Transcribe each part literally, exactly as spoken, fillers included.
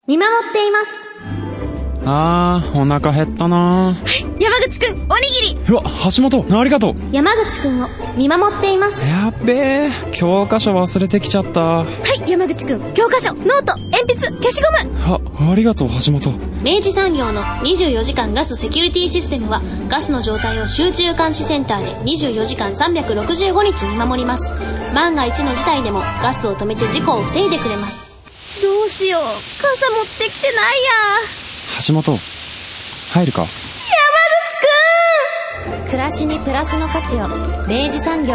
見守っています。 あー、お腹減ったな。 山口くん、おにぎり。 うわ、橋本、ありがとう。 山口くんを見守っています。 やっべえ、教科書忘れてきちゃった。 はい、山口くん、教科書、ノート、鉛筆、消しゴム。あ、ありがとう、橋本。 明治産業のにじゅうよじかんガスセキュリティシステムは、ガスの状態を集中監視センターでにじゅうよじかんさんびゃくろくじゅうごにち見守ります。万が一の事態でもガスを止めて事故を防いでくれます。どうしよう、傘持ってきてないや。 橋本、入るか。 山口くん。暮らしにプラスの価値を、明治産業。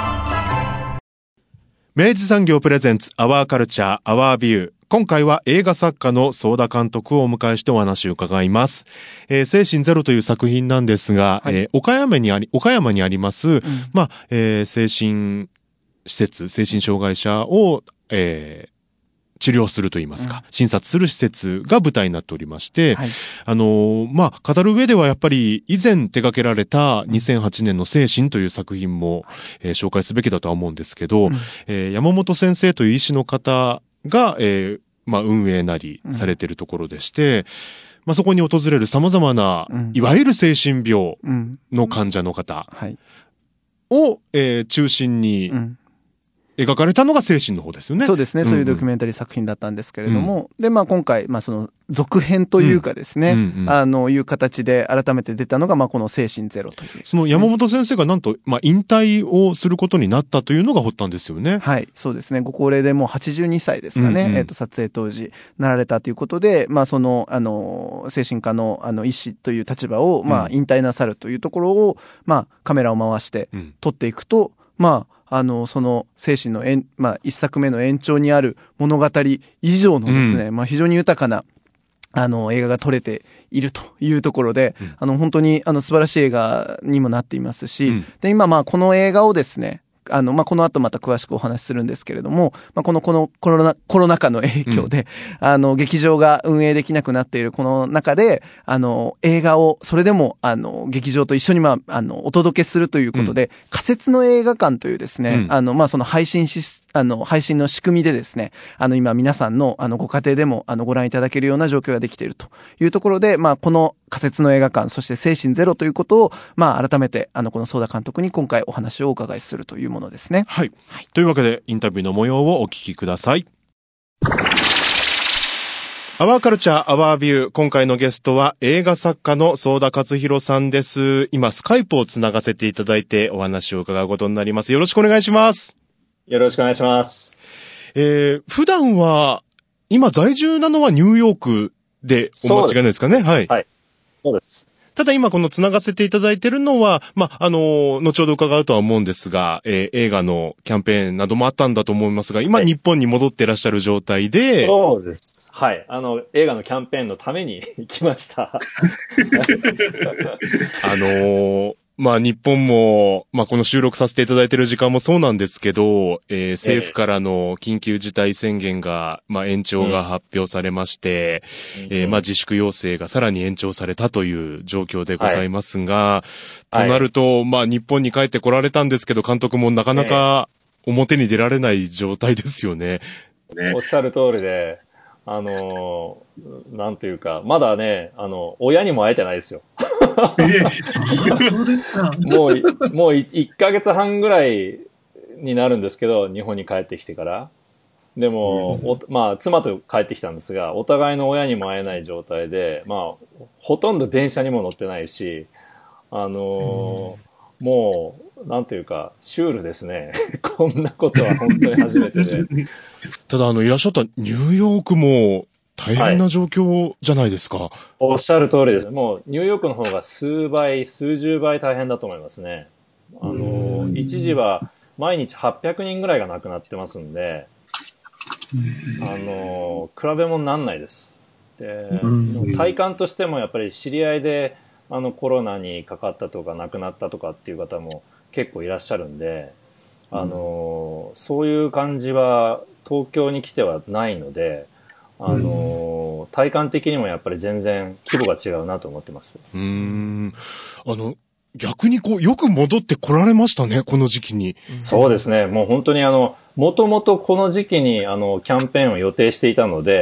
明治産業プレゼンツアワーカルチャーアワービュー。今回は映画作家の相田監督をお迎えしてお話を伺います。えー、精神ゼロという作品なんですが、はい、えー、岡山にあり、岡山にあります、うん、まあ、えー、精神施設、精神障害者を、えー治療するといいますか、うん、診察する施設が舞台になっておりまして、はい、あのー、まあ、語る上ではやっぱり以前手掛けられたにせんはちねんの精神という作品も、えー、紹介すべきだとは思うんですけど、うん、えー、山本先生という医師の方が、えー、まあ、運営なりされているところでして、うん、まあ、そこに訪れる様々な、うん、いわゆる精神病の患者の方を、えー、中心に、うん描かれたのが精神の方ですよね。 そうですね、うんうん、そういうドキュメンタリー作品だったんですけれども、うん、でまあ今回まあその続編というかですね、うんうん、あのいう形で改めて出たのがまあこの精神ゼロという、ね、 その山本先生がなんとまあ引退をすることになったというのが発端ですよね。 はい、そうですね。ご高齢でもうはちじゅうにさいですかね、うんうん、えっと撮影当時なられたということで、まあそのあの精神科のあの医師という立場をまあ引退なさるというところを、まあカメラを回して撮っていくと、うん、まああの、その精神の延、まあ、一作目の延長にある物語以上のですね、うん、まあ、非常に豊かな、あの、映画が撮れているというところで、うん、あの、本当に、あの、素晴らしい映画にもなっていますし、うん、で、今、まあ、この映画をですね、あの、まあ、この後また詳しくお話しするんですけれども、まあ、この、このコロナ、コロナ禍の影響で、うん、あの、劇場が運営できなくなっているこの中で、あの、映画を、それでも、あの、劇場と一緒に、まあ、あの、お届けするということで、うん、仮設の映画館というですね、うん、あの、まあ、その配信し、あの、配信の仕組みでですね、あの、今皆さんの、あの、ご家庭でも、あの、ご覧いただけるような状況ができているというところで、まあ、この仮設の映画館、そして精神ゼロということを、まあ、改めて、あの、この相田監督に今回お話をお伺いするというものですね。 はい。はい、というわけで、インタビューの模様をお聞きください。アワーカルチャーアワービュー。今回のゲストは映画作家の相田勝弘さんです。今、スカイプをつながせていただいてお話を伺うことになります。よろしくお願いします。 よろしくお願いします。 えー、普段は、今在住なのはニューヨークでお間違いないですかね。はい。 はい。そうです。 ただ今このつながせていただいているのは、まあ、あの、後ほど伺うとは思うんですが、えー、映画のキャンペーンなどもあったんだと思いますが、今、はい、日本に戻っていらっしゃる状態で。 そうです。はい。あの、映画のキャンペーンのために来ました。あのー、まあ日本も、まあこの収録させていただいている時間もそうなんですけど、えー、政府からの緊急事態宣言が、まあ延長が発表されまして、うん、えー、まあ自粛要請がさらに延長されたという状況でございますが、はい、となると、まあ日本に帰ってこられたんですけど、監督もなかなか表に出られない状態ですよね。 ね、おっしゃる通りで、あのー、なんていうか、まだね、あの、親にも会えてないですよ。もう、もういっかげつはんぐらいになるんですけど、日本に帰ってきてから。でも、うん、おまあ、妻と帰ってきたんですが、お互いの親にも会えない状態で、まあ、ほとんど電車にも乗ってないし、あのー、もう、なんていうか、シュールですね。こんなことは本当に初めてで。 ただ、あの、いらっしゃったニューヨークも大変な状況じゃないですか。はい、 おっしゃる通りです。もう、ニューヨークの方が数倍、数十倍大変だと思いますね。あの、一時は毎日はっぴゃくにんぐらいが亡くなってますんで、あの、比べ物になんないです。で、体感としてもやっぱり知り合いで、あの、コロナにかかったとか亡くなったとかっていう方も結構いらっしゃるんで、あの、そういう感じは東京に来てはないので、あの、体感的にもやっぱり全然規模が違うなと思ってます。 うーん。あの、逆にこう、よく戻ってこられましたね、この時期に。 そうですね。もう本当にあの、もともとこの時期にあの、キャンペーンを予定していたので、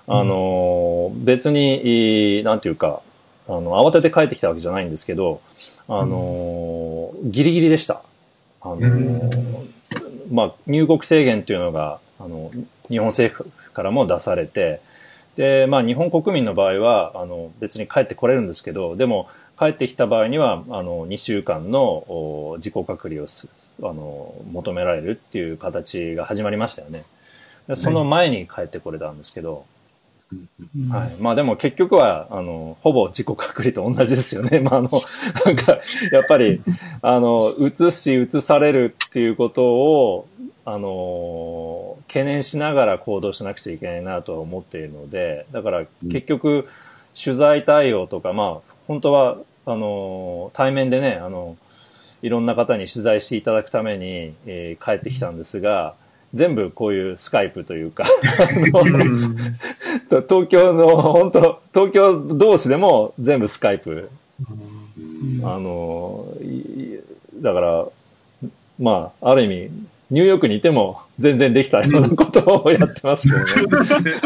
あの、別に、なんていうか、あの、慌てて帰ってきたわけじゃないんですけど、あの、ギリギリでした。あの、まあ、入国制限というのが、あの、日本政府からも出されて、で、まあ、日本国民の場合は、あの、別に帰ってこれるんですけど、でも、帰ってきた場合には、あの、にしゅうかんの自己隔離をす、あの、求められるっていう形が始まりましたよね。でその前に帰ってこれたんですけど、はい。まあでも結局は、あの、ほぼ自己隔離と同じですよね。まああの、なんか、やっぱり、あの、移し移されるっていうことを、あの、懸念しながら行動しなくちゃいけないなとは思っているので、だから結局、取材対応とか、まあ、本当は、あの、対面でね、あの、いろんな方に取材していただくために、えー、帰ってきたんですが、全部こういうスカイプというか、あの東京の、本当東京同士でも全部スカイプ。あの、だから、まあ、ある意味、ニューヨークにいても全然できたようなことをやってますけどね。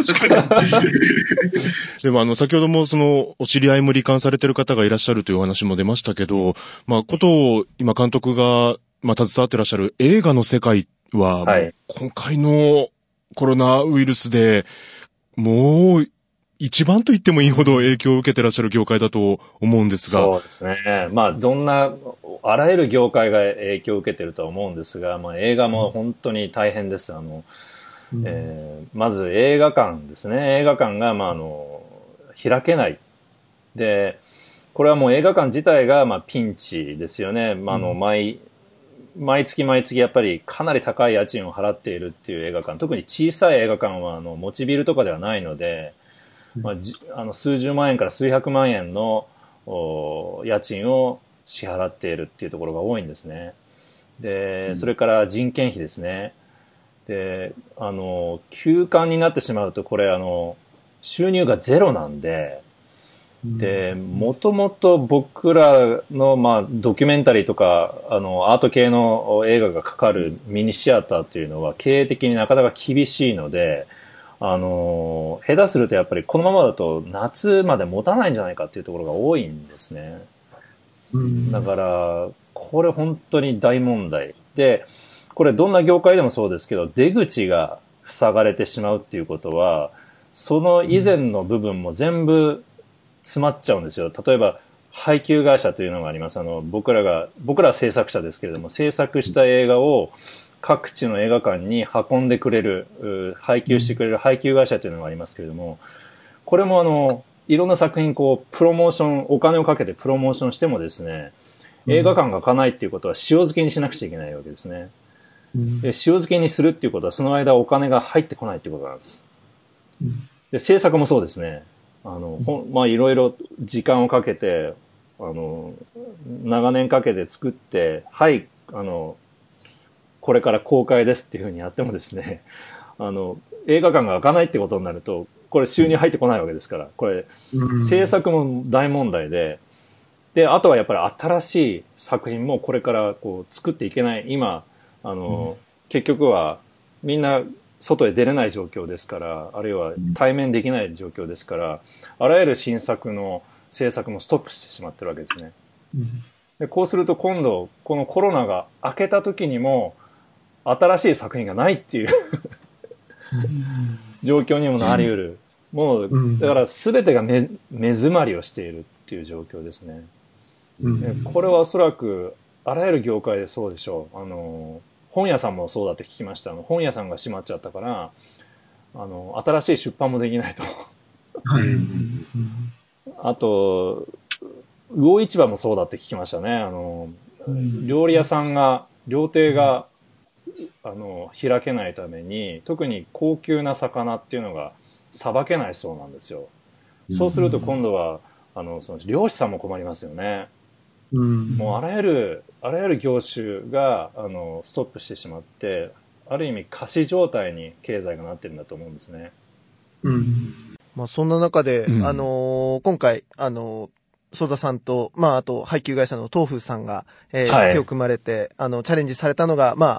でもあの、先ほどもその、お知り合いも罹患されてる方がいらっしゃるというお話も出ましたけど、まあ、ことを今監督が、まあ、携わってらっしゃる映画の世界は、はい、今回のコロナウイルスで、もう、一番と言ってもいいほど影響を受けてらっしゃる業界だと思うんですが。 そうですね。まあ、どんな、あらゆる業界が影響を受けてるとは思うんですが、まあ、映画も本当に大変です。あの、うんえー、まず映画館ですね。映画館が、まあ、あの、開けない。で、これはもう映画館自体が、まあ、ピンチですよね。まあ、あの、毎、毎月毎月やっぱりかなり高い家賃を払っているっていう映画館。特に小さい映画館は、あの、持ちビルとかではないので、まあ、じあの数十万円から数百万円の家賃を支払っているっていうところが多いんですね。で、それから人件費ですね。で、あの、休館になってしまうと、これ、あの、収入がゼロなんで、で、もともと僕らの、まあ、ドキュメンタリーとか、あの、アート系の映画がかかるミニシアターっていうのは経営的になかなか厳しいので、あの、下手するとやっぱりこのままだと夏まで持たないんじゃないかっていうところが多いんですね。だから、これ本当に大問題。で、これどんな業界でもそうですけど、出口が塞がれてしまうっていうことは、その以前の部分も全部詰まっちゃうんですよ。例えば、配給会社というのがあります。あの、僕らが、僕らは制作者ですけれども、制作した映画を、各地の映画館に運んでくれる、配給してくれる配給会社というのがありますけれども、これもあの、いろんな作品こう、プロモーション、お金をかけてプロモーションしてもですね、映画館が開かないっていうことは塩漬けにしなくちゃいけないわけですね。で、塩漬けにするっていうことはその間お金が入ってこないっていうことなんです。で、制作もそうですね。あの、ほまあいろいろ時間をかけて、あの、長年かけて作って、はい、あの、これから公開ですっていうふうにやってもですね、あの、映画館が開かないってことになると、これ収入入ってこないわけですから、これ、制作も大問題で、で、あとはやっぱり新しい作品もこれからこう作っていけない。今、あの、結局はみんな外へ出れない状況ですから、あるいは対面できない状況ですから、あらゆる新作の制作もストップしてしまってるわけですね。で、こうすると今度、このコロナが明けた時にも、新しい作品がないっていう状況にもなり得る。もう、だから全てが目、目詰まりをしているっていう状況ですね。これはおそらく、あらゆる業界でそうでしょう。あの、本屋さんもそうだって聞きました。あの本屋さんが閉まっちゃったから、あの、新しい出版もできないと。あと、魚市場もそうだって聞きましたね。あの、料理屋さんが、料亭が、あの、開けないために、特に高級な魚っていうのがさばけないそうなんですよ。そうすると今度は、あの、その漁師さんも困りますよね。もうあらゆる、あらゆる業種が、あの、ストップしてしまって、ある意味貸し状態に経済がなってるんだと思うんですね。 うん。まあそんな中で、うん、あのー、今回、あのー、ソダさんと、まああと配給会社の東風さんが、えーはい、手を組まれて、あの、チャレンジされたのが、まあ、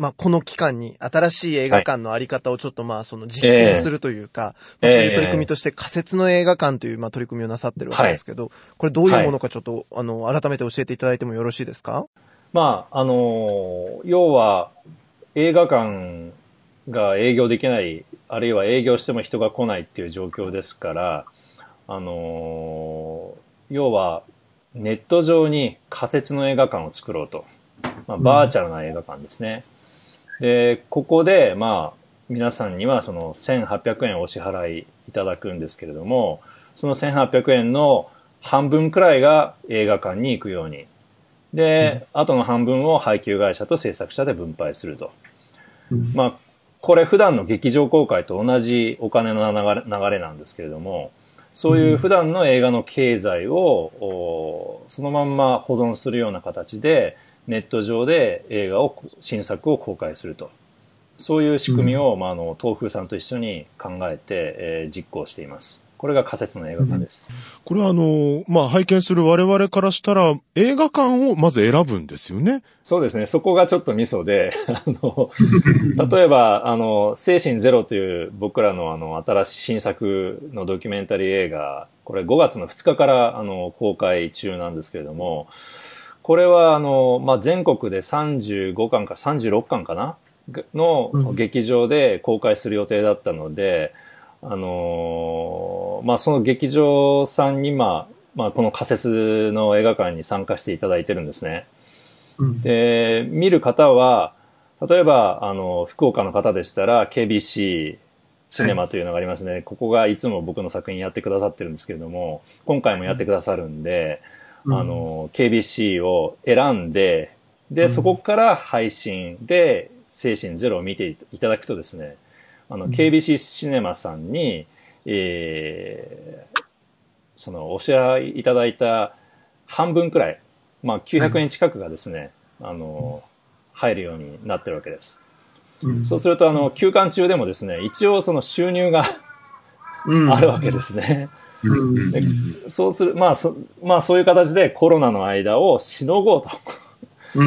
まあ、この期間に新しい映画館のあり方をちょっとまあ、その実験するというか、 えーまあ、そういう取り組みとして仮設の映画館というまあ取り組みをなさってるわけですけど、はい、これどういうものかちょっと、あの、改めて教えていただいてもよろしいですか？ まあ、あの、要は映画館が営業できない、あるいは営業しても人が来ないっていう状況ですから、あの、要はネット上に仮設の映画館を作ろうと。まあ、バーチャルな映画館ですね。うん、で、ここで、まあ、皆さんにはそのせんはっぴゃくえんをお支払いいただくんですけれども、そのせんはっぴゃくえんの半分くらいが映画館に行くように。で、うん、あとの半分を配給会社と制作者で分配すると。うん、まあ、これ普段の劇場公開と同じお金の流れ、流れなんですけれども、そういう普段の映画の経済を、そのまんま保存するような形で、ネット上で映画を、新作を公開すると。そういう仕組みを、うん、まあ、あの、東風さんと一緒に考えて、えー、実行しています。これが仮設の映画館です。うん、 これはあの、まあ、拝見する我々からしたら、映画館をまず選ぶんですよね。 そうですね。そこがちょっとミソで、あの、例えば、あの、精神ゼロという僕らのあの、新しい新作のドキュメンタリー映画、これごがつのふつかからあの、公開中なんですけれども、これはあの、まあ、全国でさんじゅうごかんかさんじゅうろっかんかなの劇場で公開する予定だったので、うん、あの、まあ、その劇場さんに、まあ、まあ、この仮設の映画館に参加していただいてるんですね。うん、で、見る方は、例えば、あの、福岡の方でしたら、ケービーシー シネマというのがありますね。はい、ここがいつも僕の作品やってくださってるんですけれども、今回もやってくださるんで、うん、あの、ケービーシー を選んで、で、うん、そこから配信で、精神ゼロを見ていただくとですね、あの、うん、ケービーシー シネマさんに、えー、その、お支払いいただいた半分くらい、まあ、きゅうひゃくえん近くがですね、うん、あの、入るようになってるわけです。うん、そうすると、あの、休館中でもですね、一応その収入があるわけですね。でそうする、まあそ、まあそういう形でコロナの間をしのごうと。うん、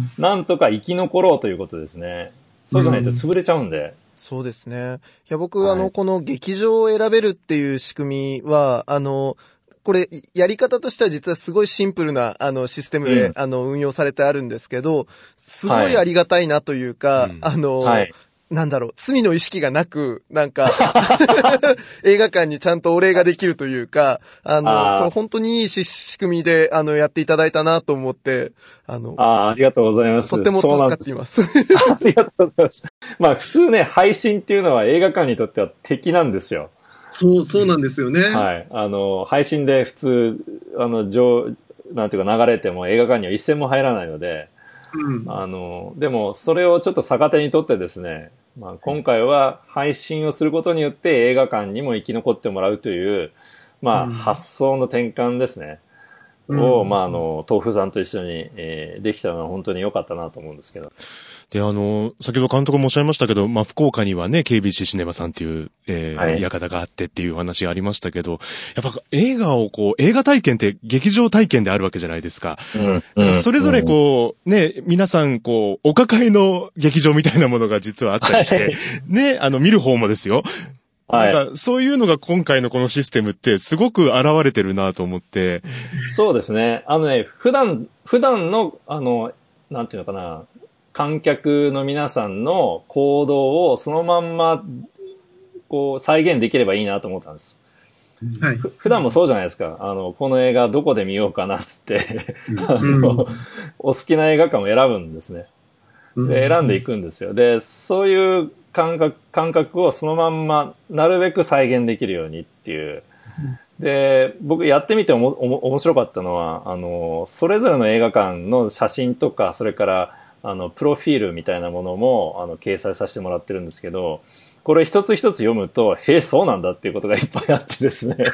なんとか生き残ろうということですね。そうじゃないと潰れちゃうんで。うん、 そうですね。いや、僕、はい、あの、この劇場を選べるっていう仕組みは、あの、これ、やり方としては実はすごいシンプルな、あの、システムで、うん、あの、運用されてあるんですけど、すごいありがたいなというか、はい、あの、はいなんだろう、罪の意識がなく、なんか、映画館にちゃんとお礼ができるというか、あの、あこれ本当にいい仕組みで、あの、やっていただいたなと思って、あの、 あありがとうございます。 とっても助かっています。 ありがとうございます。まあ、普通ね、配信っていうのは映画館にとっては敵なんですよ。 そう、そうなんですよね。 はい。あの、配信で普通、あの、上、なんていうか流れても映画館には一銭も入らないので、うん、あの、でも、それをちょっと逆手にとってですね、まあ、今回は配信をすることによって映画館にも生き残ってもらうという、まあ、発想の転換ですね。うん、を、まあ、あの、豆腐さんと一緒に、えー、できたのは本当に良かったなと思うんですけど。 で、あの、先ほど監督もおっしゃいましたけど、まあ、福岡にはね、ケービーシー シネマさんっていう、えー、はい、館があってっていうお話がありましたけど、やっぱ映画をこう、映画体験って劇場体験であるわけじゃないですか。うん、それぞれこう、ね、皆さんこう、お抱えの劇場みたいなものが実はあったりして、はい、ね、あの、見る方もですよ。はい、なんか、そういうのが今回のこのシステムってすごく現れてるなと思って。 そうですね。あのね、普段、普段の、あの、なんていうのかな、観客の皆さんの行動をそのまんま、こう、再現できればいいなと思ったんです。はい。普段もそうじゃないですか。あの、この映画どこで見ようかなっつってあの、お好きな映画館を選ぶんですね。で、選んでいくんですよ。で、そういう感覚、感覚をそのまんま、なるべく再現できるようにっていう。で、僕やってみておも、おも、面白かったのは、あの、それぞれの映画館の写真とか、それから、あの、プロフィールみたいなものも、あの、掲載させてもらってるんですけど、これ一つ一つ読むと、へえ、そうなんだっていうことがいっぱいあってですね。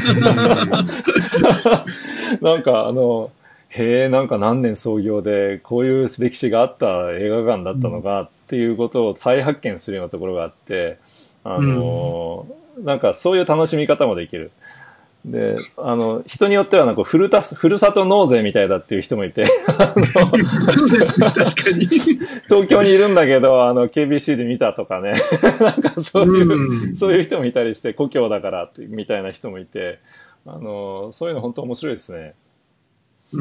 なんか、あの、へえ、なんか何年創業で、こういう歴史があった映画館だったのかっていうことを再発見するようなところがあって、あの、なんかそういう楽しみ方もできる。 で、あの、人によってはなんかふるたす、ふるさと納税みたいだっていう人もいて、あのそうですね、確かに。 東京にいるんだけど、あの、ケービーシー で見たとかね、なんかそういう、うん、そういう人もいたりして、故郷だからってみたいな人もいて、あの、そういうの本当面白いですね。 うん。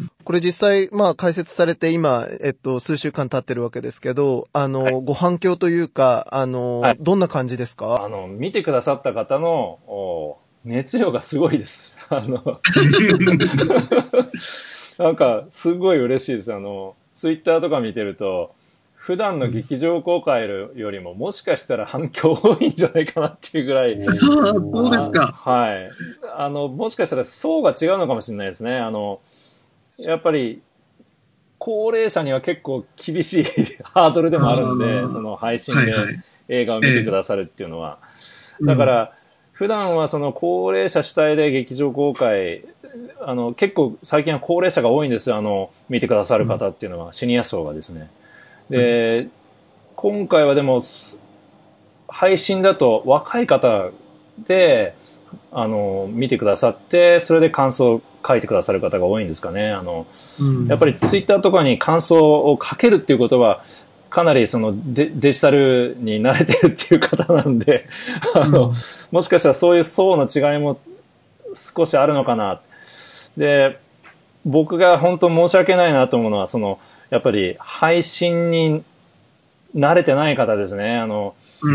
これ実際、まあ解説されて今、えっと、数週間経ってるわけですけど、あの、はい、ご反響というか、あの、はい、どんな感じですか？ あの、見てくださった方の、熱量がすごいです。あの、なんか、すごい嬉しいです。あの、ツイッターとか見てると、普段の劇場公開よりももしかしたら反響多いんじゃないかなっていうぐらい。 そうですか。 はい。あの、もしかしたら層が違うのかもしれないですね。あの、やっぱり、高齢者には結構厳しいハードルでもあるんで、その配信で映画を見てくださるっていうのは。えー、だから、普段はその高齢者主体で劇場公開、あの、結構最近は高齢者が多いんですよ。あの、見てくださる方っていうのは、シニア層がですね。で、うん、今回はでも、配信だと若い方で、あの、見てくださって、それで感想を書いてくださる方が多いんですかね。あの、うん、やっぱりツイッターとかに感想を書けるっていうことは、かなりその デ, デジタルに慣れてるっていう方なんで、あの、うん、もしかしたらそういう層の違いも少しあるのかな。で、僕が本当申し訳ないなと思うのは、その、やっぱり配信に慣れてない方ですね。あの、うん、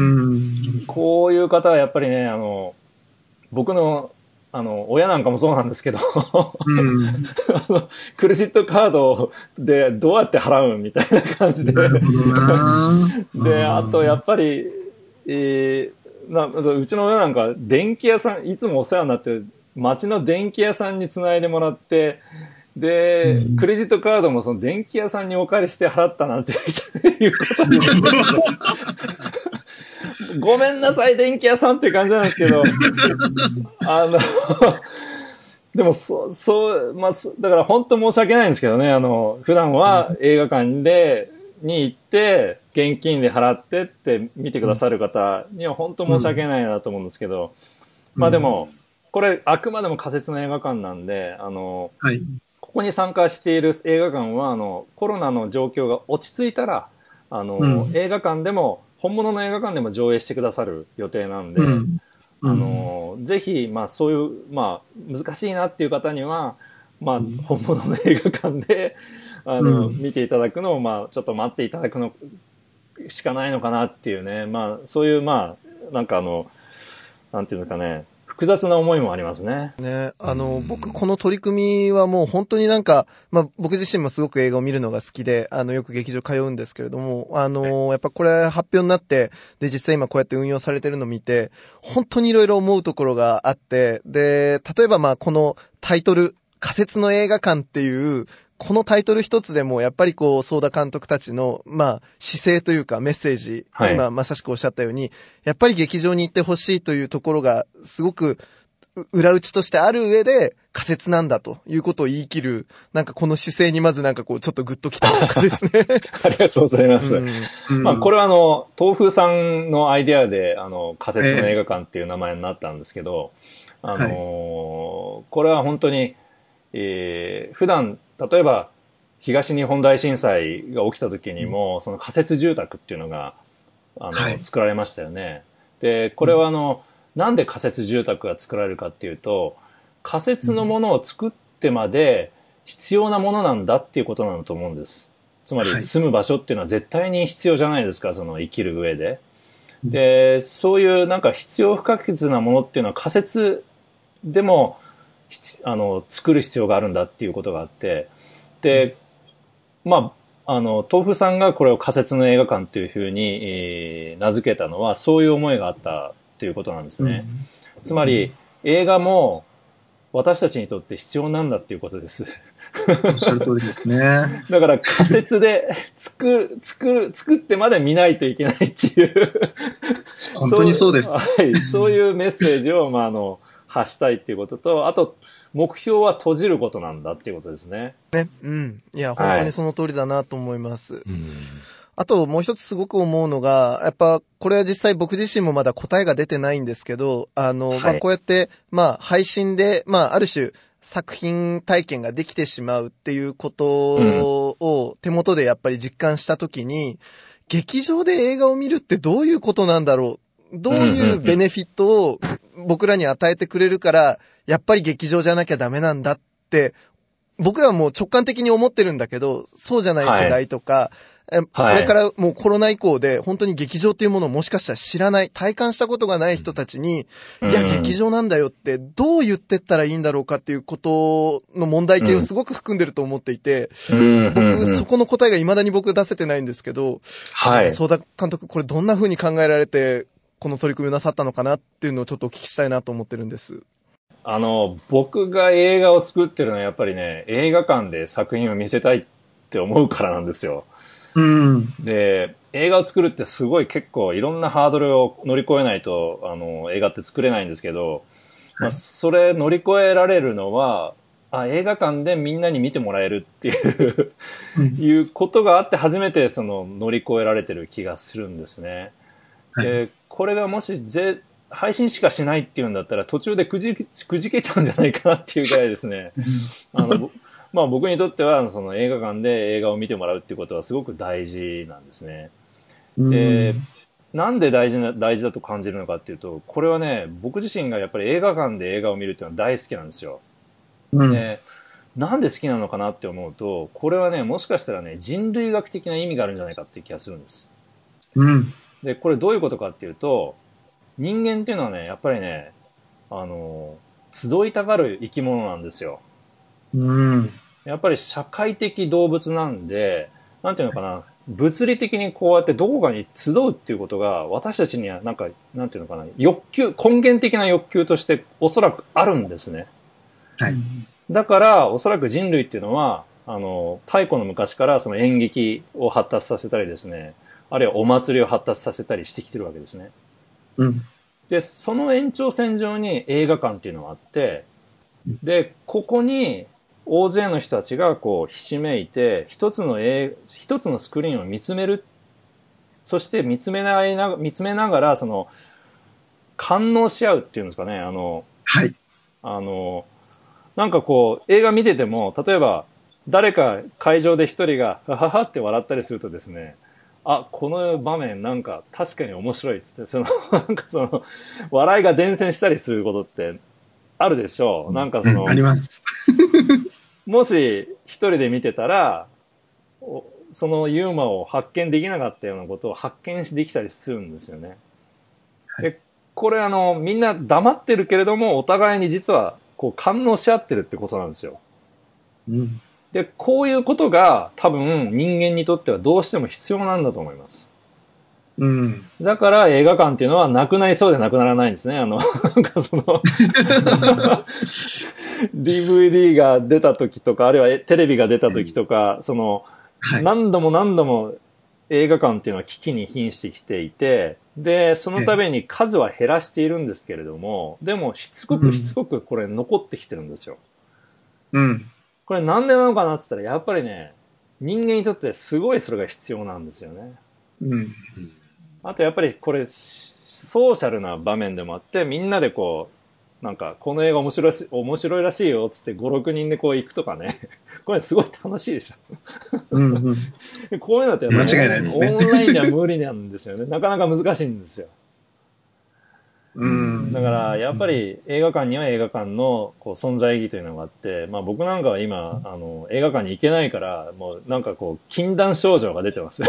こういう方はやっぱりね、あの、僕の、あの、親なんかもそうなんですけど、うん、あのクレジットカードでどうやって払うみたいな感じで。で、あとやっぱり、えー、なうちの親なんか電気屋さん、いつもお世話になってる町の電気屋さんにつないでもらって、で、うん、クレジットカードもその電気屋さんにお借りして払ったなんていうことにごめんなさい、電気屋さんっていう感じなんですけど、あの、でも、そう、そう、まあ、だから本当申し訳ないんですけどね、あの、普段は映画館で、に行って、現金で払ってって見てくださる方には本当申し訳ないなと思うんですけど、うん、まあでも、これあくまでも仮設の映画館なんで、あの、はい、ここに参加している映画館は、あの、コロナの状況が落ち着いたら、あの、うん、映画館でも、本物の映画館でも上映してくださる予定なんで、うんうん、あの、ぜひ、まあそういう、まあ難しいなっていう方には、まあ本物の映画館で、あの、うん、見ていただくのを、まあちょっと待っていただくのしかないのかなっていうね、まあそういう、まあ、なんかあの、なんていうんですかね、複雑な思いもありますね。 ね、あの、僕、この取り組みはもう本当になんか、まあ、僕自身もすごく映画を見るのが好きで、あの、よく劇場通うんですけれども、あの、やっぱこれ発表になって、で、実際今こうやって運用されてるのを見て、本当にいろいろ思うところがあって、で、例えばまあ、このタイトル、仮設の映画館っていう、このタイトル一つでもやっぱりこう、ソーダ監督たちの、まあ、姿勢というかメッセージ、はい、今まさしくおっしゃったように、やっぱり劇場に行ってほしいというところが、すごく、裏打ちとしてある上で、仮設なんだということを言い切る、なんかこの姿勢にまずなんかこう、ちょっとグッときたとかですね。 ありがとうございます。うん、まあ、これはあの、東風さんのアイデアで、あの、仮設の映画館っていう名前になったんですけど、えー、あのーはい、これは本当に、えー、普段、例えば、東日本大震災が起きた時にも、うん、その仮設住宅っていうのが、あの、はい、作られましたよね。で、これはあの、うん、なんで仮設住宅が作られるかっていうと、仮設のものを作ってまで必要なものなんだっていうことなんだと思うんです。つまり住む場所っていうのは絶対に必要じゃないですか、その生きる上で。で、そういうなんか必要不可欠なものっていうのは仮設でも、あの、作る必要があるんだっていうことがあって、で、まあ、あの、豆腐さんがこれを仮設の映画館っていうふうに、えー、名付けたのは、そういう思いがあったっていうことなんですね。うん、つまり、映画も私たちにとって必要なんだっていうことです。 おっしゃる通りですね。 だから仮設で作る、作る、作ってまで見ないといけないっていう。 本当にそうです。 はい。そういうメッセージを、まあ、あの、発したいっていうことと、あと、目標は閉じることなんだっていうことですね。 ね。うん。いや、本当にその通りだなと思います。はい、うんあともう一つすごく思うのが、やっぱこれは実際僕自身もまだ答えが出てないんですけど、あの、はい、まあこうやって、まあ配信で、まあある種作品体験ができてしまうっていうことを手元でやっぱり実感したときに、うん、劇場で映画を見るってどういうことなんだろう、どういうベネフィットを僕らに与えてくれるから、やっぱり劇場じゃなきゃダメなんだって、僕らはもう直感的に思ってるんだけど、そうじゃない世代とか、はいこれからもうコロナ以降で本当に劇場っていうものをもしかしたら知らない、体感したことがない人たちに、いや劇場なんだよってどう言ってったらいいんだろうかっていうことの問題点をすごく含んでると思っていて、僕そこの答えが未だに僕出せてないんですけど、はい。相田監督これどんな風に考えられてこの取り組みをなさったのかなっていうのをちょっとお聞きしたいなと思ってるんです。 あの、僕が映画を作ってるのはやっぱりね、映画館で作品を見せたいって思うからなんですよ。 うん、 で、映画を作るってすごい結構いろんなハードルを乗り越えないと、あの、映画って作れないんですけど、まあ、それ乗り越えられるのは、あ、映画館でみんなに見てもらえるっていううん、いうことがあって初めてその乗り越えられてる気がするんですね。はい、で、これがもしぜ、配信しかしないっていうんだったら途中でくじ、くじけちゃうんじゃないかなっていうぐらいですね。あのまあ僕にとってはその映画館で映画を見てもらうっていうことはすごく大事なんですね。で、なんで大事な、大事だと感じるのかっていうと、これはね、僕自身がやっぱり映画館で映画を見るっていうのは大好きなんですよ。うん、で、なんで好きなのかなって思うと、これはね、もしかしたらね、人類学的な意味があるんじゃないかっていう気がするんです。 うん。 で、これどういうことかっていうと、人間っていうのはね、やっぱりね、あの、集いたがる生き物なんですよ。 うん、 やっぱり社会的動物なんで、なんていうのかな、物理的にこうやってどこかに集うっていうことが、私たちにはなんか、なんていうのかな、欲求、根源的な欲求としておそらくあるんですね。 はい。 だから、おそらく人類っていうのは、あの、太古の昔からその演劇を発達させたりですね、あるいはお祭りを発達させたりしてきてるわけですね。 うん。 で、その延長線上に映画館っていうのがあって、で、ここに、大勢の人たちがこうひしめいて一つの映一つのスクリーンを見つめる、そして見つめな見つめながらその感応し合うっていうんですかね、あの、 はい、 あのなんかこう映画見てても例えば誰か会場で一人がはははって笑ったりするとですね、あ、この場面なんか確かに面白いっつってそのなんかその笑いが伝染したりすることってあるでしょう。なんかその、 うん、あります。 もし一人で見てたら、そのユーモアを発見できなかったようなことを発見できたりするんですよね。で、これあの、みんな黙ってるけれども、お互いに実はこう感応し合ってるってことなんですよ。 うん、 で、こういうことが多分人間にとってはどうしても必要なんだと思います。 うん、 だから映画館っていうのはなくなりそうでなくならないんですね。あの、なんかそのディーブイディー が出た時とか、あるいはテレビが出た時とか、その、はい、何度も何度も映画館っていうのは危機に瀕してきていて、で、そのために数は減らしているんですけれども、でもしつこくしつこくこれ残ってきてるんですよ。 うん。これなんでなのかなって言ったら、やっぱりね、人間にとってすごいそれが必要なんですよね。 うん。 あとやっぱりこれソーシャルな場面でもあってみんなでこうなんかこの映画面白いし面白いらしいよっつってご、ろくにんでこう行くとかねこれすごい楽しいでしょうん、うん、 こういうのって間違いないですね。 オンラインでは無理なんですよね。なかなか難しいんですよ。 うん、 だからやっぱり映画館には映画館のこう存在意義というのがあって、まあ僕なんかは今あの映画館に行けないからもうなんかこう禁断症状が出てます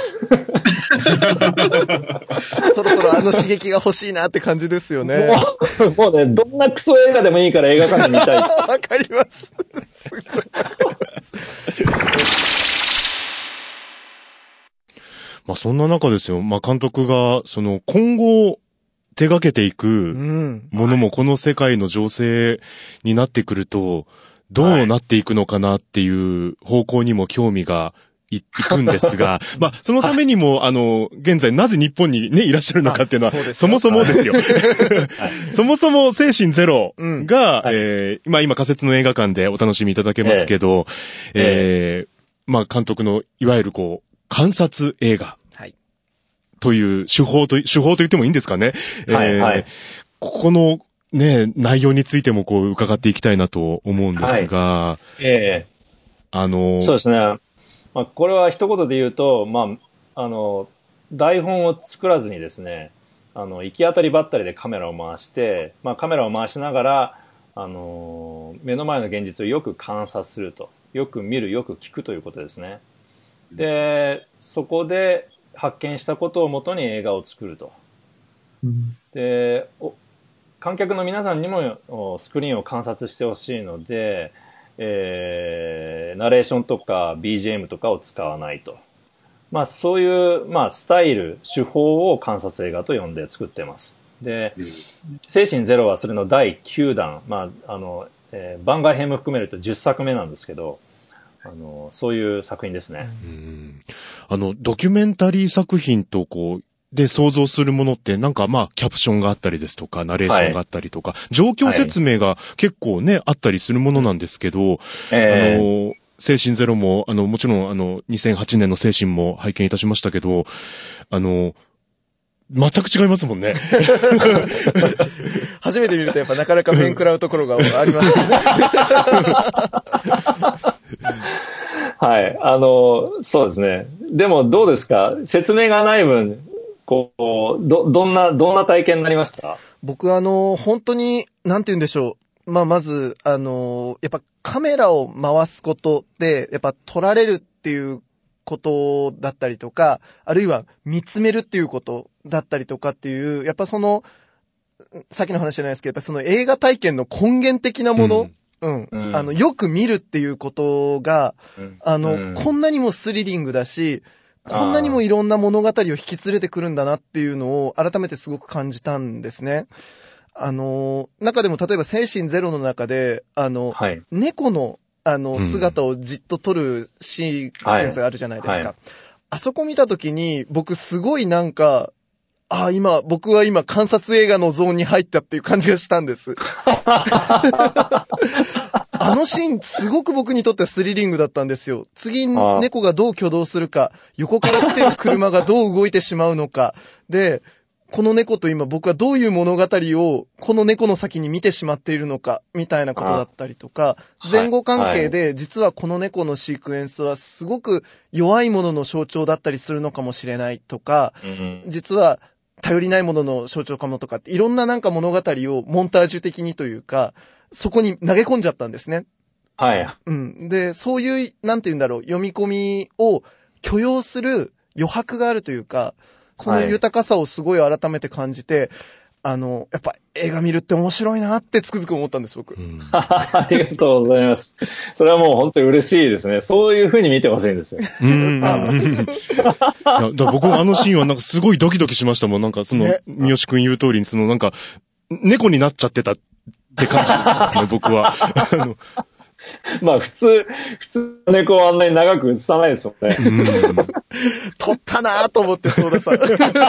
そろそろあの刺激が欲しいなって感じですよね。 もう、もうね、どんなクソ映画でもいいから映画館で見たい。 わかります。すごいわかります。 まあそんな中ですよ。まあ監督が、その今後手掛けていくものもこの世界の情勢になってくると、どうなっていくのかなっていう方向にも興味がいくんですが、まあ、そのためにも、あの、現在なぜ日本にね、いらっしゃるのかっていうのは、そもそもですよ。そもそも精神ゼロが、うん、えー、まあ今仮設の映画館でお楽しみいただけますけど、えー、えー、まあ監督のいわゆるこう、観察映画という手法と、手法と言ってもいいんですかね。 はいはい、 えー、ここのね、内容についてもこう伺っていきたいなと思うんですが、はい、 ええあの、 そうですね。まあ、これは一言で言うと、まあ、あの、台本を作らずにですね、あの、行き当たりばったりでカメラを回して、まあ、カメラを回しながら、あの、目の前の現実をよく観察すると。よく見る、よく聞くということですね。で、そこで発見したことをもとに映画を作ると。で、観客の皆さんにもスクリーンを観察してほしいので、えー、ナレーションとか ビージーエム とかを使わないと。まあそういう、まあスタイル、手法を観察映画と呼んで作ってます。で、精神ゼロはそれのだいきゅうだん、まああの、えー、番外編も含めるとじゅっさくめなんですけど、あの、そういう作品ですね。 うん、あの、ドキュメンタリー作品とこう、で想像するものってなんかまあキャプションがあったりですとかナレーションがあったりとか、はい、状況説明が結構ね、はい、あったりするものなんですけど、えー、あの精神ゼロもあのもちろんあのにせんはちねんの精神も拝見いたしましたけど、あの全く違いますもんね。 初めて見るとやっぱなかなか面食らうところがありますよね。 はい。あの、そうですね。でもどうですか？説明がない分、こう、ど、どんな、どんな体験になりました？ 僕あの、本当に、なんて言うんでしょう。まあ、まず、あの、やっぱカメラを回すことで、やっぱ撮られるっていうことだったりとか、あるいは見つめるっていうことだったりとかっていう、やっぱその、さっきの話じゃないですけど、やっぱその映画体験の根源的なもの、うんうん。うん、あの、よく見るっていうことが、うん、あの、うん、こんなにもスリリングだし、こんなにもいろんな物語を引き連れてくるんだなっていうのを改めてすごく感じたんですね。あの、中でも例えば精神ゼロの中で、あの、はい、猫の、あの、姿をじっと撮るシーンがあるじゃないですか。はいはい、あそこ見たときに、僕すごいなんか、ああ、今、僕は今観察映画のゾーンに入ったっていう感じがしたんです。あのシーン、すごく僕にとってはスリリングだったんですよ。次、猫がどう挙動するか、横から来てる車がどう動いてしまうのか。で、この猫と今僕はどういう物語をこの猫の先に見てしまっているのか、みたいなことだったりとか、前後関係で実はこの猫のシークエンスはすごく弱いものの象徴だったりするのかもしれないとか、実は頼りないものの象徴かもとかって、いろんななんか物語をモンタージュ的にというか、そこに投げ込んじゃったんですね。 はい。 うん。で、そういう、なんて言うんだろう、読み込みを許容する余白があるというか、その豊かさをすごい改めて感じて、はい、あの、やっぱ映画見るって面白いなってつくづく思ったんです、僕。うん、 ありがとうございます。それはもう本当に嬉しいですね。そういう風に見てほしいんですよ。うん。 だだ僕もあのシーンはなんかすごいドキドキしましたもん。なんかその、ね、三好くん言う通りに、そのなんか、猫になっちゃってたって感じですね、僕は。あのまあ普通、普通の猫はあんなに長く映さないですもんね。 撮ったなぁと思ってそうださ。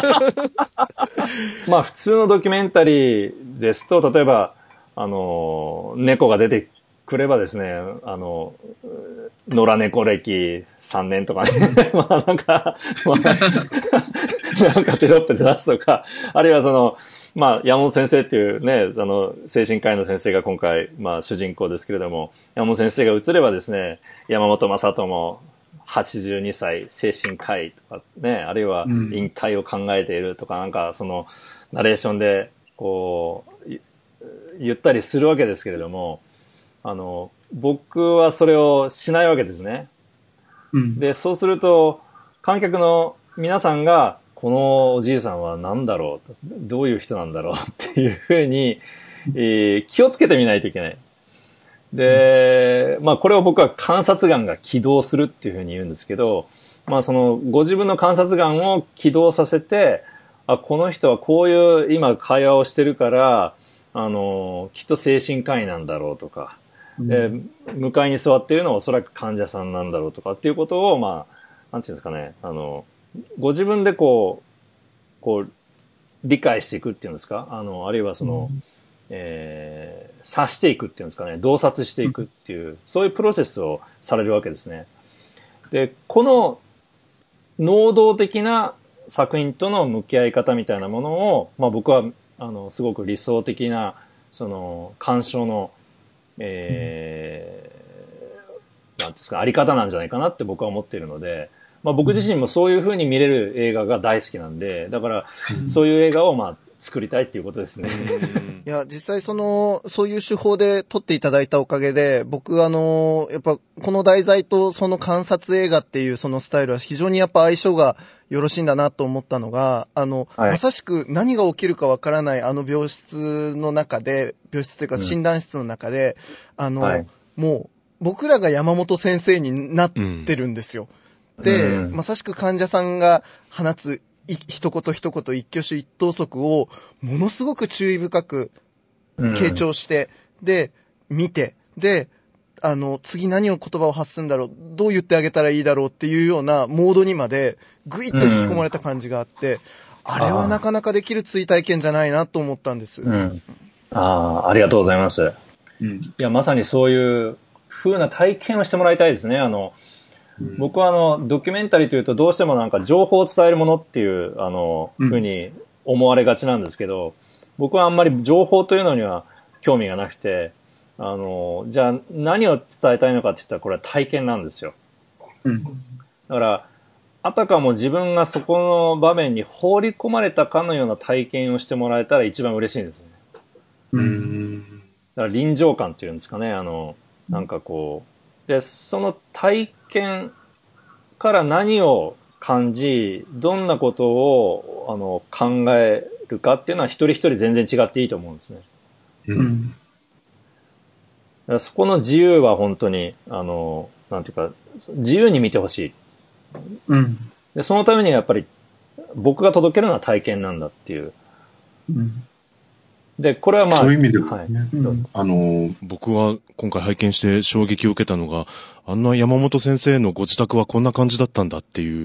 まあ普通のドキュメンタリーですと、例えば、あの、猫が出てくればですね、あの、野良猫歴さんねんとかね、まあなんか、まあ、なんかテロップで出すとか、あるいはその、まあ山本先生っていうね、あの、精神科医の先生が今回、まあ主人公ですけれども、山本先生が映ればですね、山本正智はちじゅうにさい精神科医とかね、あるいは引退を考えているとか、なんかその、ナレーションで、こう、言ったりするわけですけれども、あの、僕はそれをしないわけですね。うん、で、そうすると、観客の皆さんが、このおじいさんは何だろう、どういう人なんだろうっていうふうに、えー、気をつけてみないといけない。で、まあこれを僕は観察眼が起動するっていうふうに言うんですけど、まあそのご自分の観察眼を起動させて、あ、この人はこういう今会話をしてるから、あの、きっと精神科医なんだろうとか、うん、え向かいに座っているのはおそらく患者さんなんだろうとかっていうことを、まあ、なんていうんですかね、あの、ご自分でこう、こう、理解していくっていうんですか、あの、あるいはその、うん、えー、察していくっていうんですかね、洞察していくっていう、そういうプロセスをされるわけですね。で、この能動的な作品との向き合い方みたいなものを、まあ僕は、あの、すごく理想的な、その、鑑賞の、えー、なんですか、あり方なんじゃないかなって僕は思っているので、まあ僕自身もそういう風に見れる映画が大好きなんで、だから、そういう映画をまあ作りたいっていうことですね。 いや、実際その、そういう手法で撮っていただいたおかげで、僕あの、やっぱこの題材とその観察映画っていうそのスタイルは非常にやっぱ相性がよろしいんだなと思ったのが、あの、はい、まさしく何が起きるかわからないあの病室の中で、病室というか診断室の中で、うん、あの、はい、もう僕らが山本先生になってるんですよ。うん、で、うん、まさしく患者さんが放つ一言一言一挙手一投足をものすごく注意深く傾聴して、うん、で、見て、で、あの、次何を言葉を発するんだろう、どう言ってあげたらいいだろうっていうようなモードにまでぐいっと引き込まれた感じがあって、うん、あれはなかなかできる追体験じゃないなと思ったんです。 うん、ああ、ありがとうございます。うん、いや、まさにそういう風な体験をしてもらいたいですね。あの、僕はあの、ドキュメンタリーというとどうしてもなんか情報を伝えるものっていう、あの、ふうに思われがちなんですけど、僕はあんまり情報というのには興味がなくて、あの、じゃあ何を伝えたいのかって言ったらこれは体験なんですよ。うん、だから、あたかも自分がそこの場面に放り込まれたかのような体験をしてもらえたら一番嬉しいんですね。うん、だから臨場感っていうんですかね、あの、なんかこう、で、その体験から何を感じ、どんなことをあの考えるかっていうのは一人一人全然違っていいと思うんですね。うん、だからそこの自由は本当に、あの、なんていうか、自由に見てほしい。うん、で、そのためにはやっぱり僕が届けるのは体験なんだっていう。うんで、これはまあ、 そういう意味では、 はいうん、あの、僕は今回拝見して衝撃を受けたのが、あんな山本先生のご自宅はこんな感じだったんだっていう。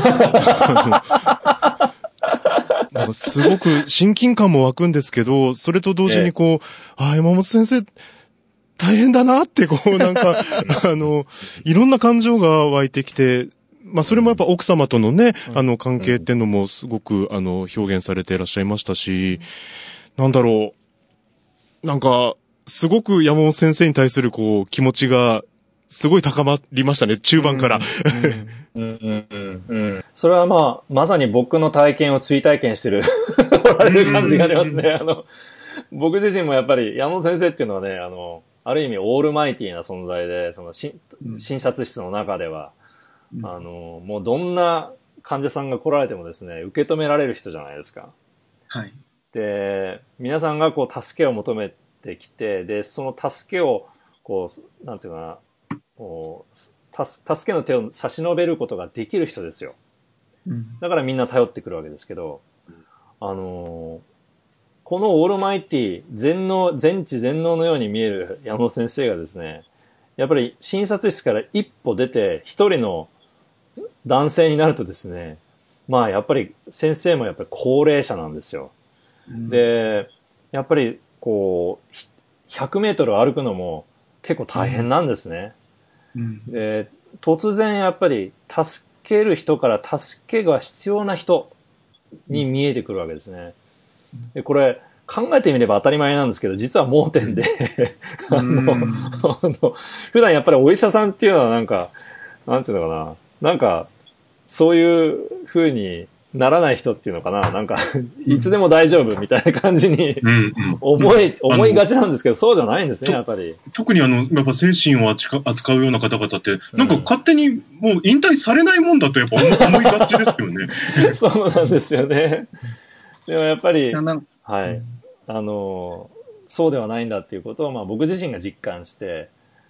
なんかすごく親近感も湧くんですけど、それと同時にこう、ええ、あ、山本先生、大変だなって、こう、なんか、あの、いろんな感情が湧いてきて、まあ、それもやっぱ奥様とのね、あの、関係っていうのもすごく、あの、表現されていらっしゃいましたし、なんだろう。なんか、すごく山本先生に対するこう、気持ちが、すごい高まりましたね、中盤から。 うんうんうんうん、それはまあ、まさに僕の体験を追体験してる、おられる感じがありますね。あの、僕自身もやっぱり山本先生っていうのはね、あの、ある意味オールマイティーな存在で、その、診察室の中では、あの、もうどんな患者さんが来られてもですね、受け止められる人じゃないですか。 はい。 で、皆さんがこう助けを求めてきて、で、その助けを、こう、なんていうかな、こう、助けの手を差し伸べることができる人ですよ。うん、だからみんな頼ってくるわけですけど、あのー、このオールマイティ、全能、全知全能のように見える山本先生がですね、やっぱり診察室から一歩出て一人の男性になるとですね、まあやっぱり先生もやっぱり高齢者なんですよ。で、やっぱりこう、ひゃくメートル歩くのも結構大変なんですね。うん、で、突然やっぱり助ける人から助けが必要な人に見えてくるわけですね。で、これ考えてみれば当たり前なんですけど、実は盲点であの、あの、普段やっぱりお医者さんっていうのはなんか、なんていうのかな、なんか、そういう風にならない人っていうのかな、なんか、いつでも大丈夫みたいな感じに思い、思いがちなんですけど、そうじゃないんですね、やっぱり。 特にあの、やっぱ精神を扱うような方々って、なんか勝手にもう引退されないもんだとやっぱ思いがちですよね。 そうなんですよね。でもやっぱり、はい。あの、そうではないんだっていうことを、まあ僕自身が実感して、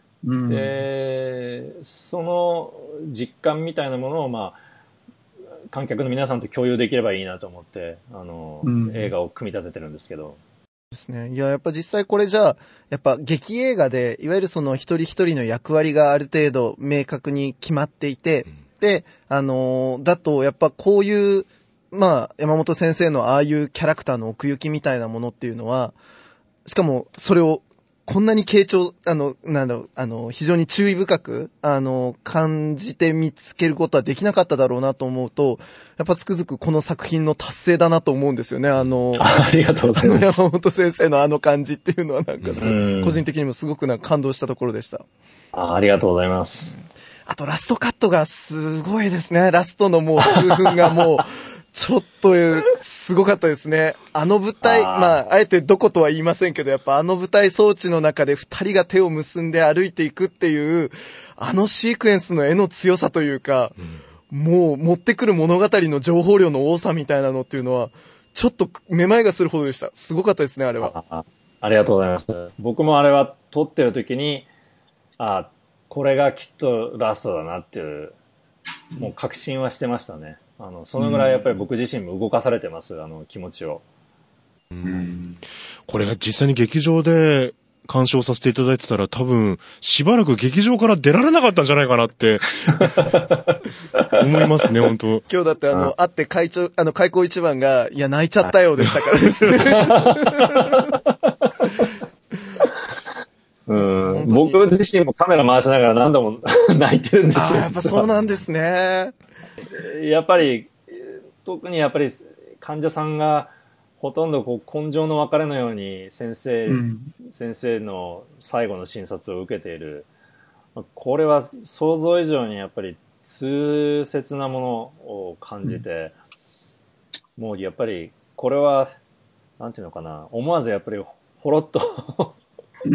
で、その実感みたいなものを、まあ、観客の皆さんと共有できればいいなと思って、あの、うん、映画を組み立ててるんですけど。 ですね。いや、やっぱ実際これじゃあ、やっぱ劇映画で、いわゆるその一人一人の役割がある程度明確に決まっていて、うん、で、あのー、だとやっぱこういう、まあ、山本先生のああいうキャラクターの奥行きみたいなものっていうのは、しかもそれをこんなに傾聴、あの、なんだろう、あの、非常に注意深く、あの、感じて見つけることはできなかっただろうなと思うと、やっぱつくづくこの作品の達成だなと思うんですよね。あの、 ありがとうございます。 山本先生のあの感じっていうのはなんかさ、 うん、 個人的にもすごくなんか感動したところでした。 あ、ありがとうございます。 あとラストカットがすごいですね。ラストのもう数分がもう、ちょっと、すごかったですね。あの舞台、あまあ、あえてどことは言いませんけど、やっぱあの舞台装置の中で二人が手を結んで歩いていくっていう、あのシークエンスの絵の強さというか、うん、もう持ってくる物語の情報量の多さみたいなのっていうのは、ちょっとめまいがするほどでした。すごかったですね、あれは。 あ、ありがとうございます。僕もあれは撮ってる時に、あ、これがきっとラストだなっていう、もう確信はしてましたね。あの、そのぐらいやっぱり僕自身も動かされてます、あの気持ちを。 うん、これが実際に劇場で鑑賞させていただいてたら多分しばらく劇場から出られなかったんじゃないかなって思いますね、本当。 今日だってあの、会って会長、あの、開口一番が、いや、泣いちゃったようでしたからですね。 うん、僕自身もカメラ回しながら何度も泣いてるんですよ。 あ、やっぱそうなんですね。 やっぱり、特にやっぱり患者さんがほとんどこう根性の別れのように先生、うん、先生の最後の診察を受けている。これは想像以上にやっぱり痛切なものを感じて、うん、もうやっぱりこれは、なんていうのかな、思わずやっぱりほろっとうん、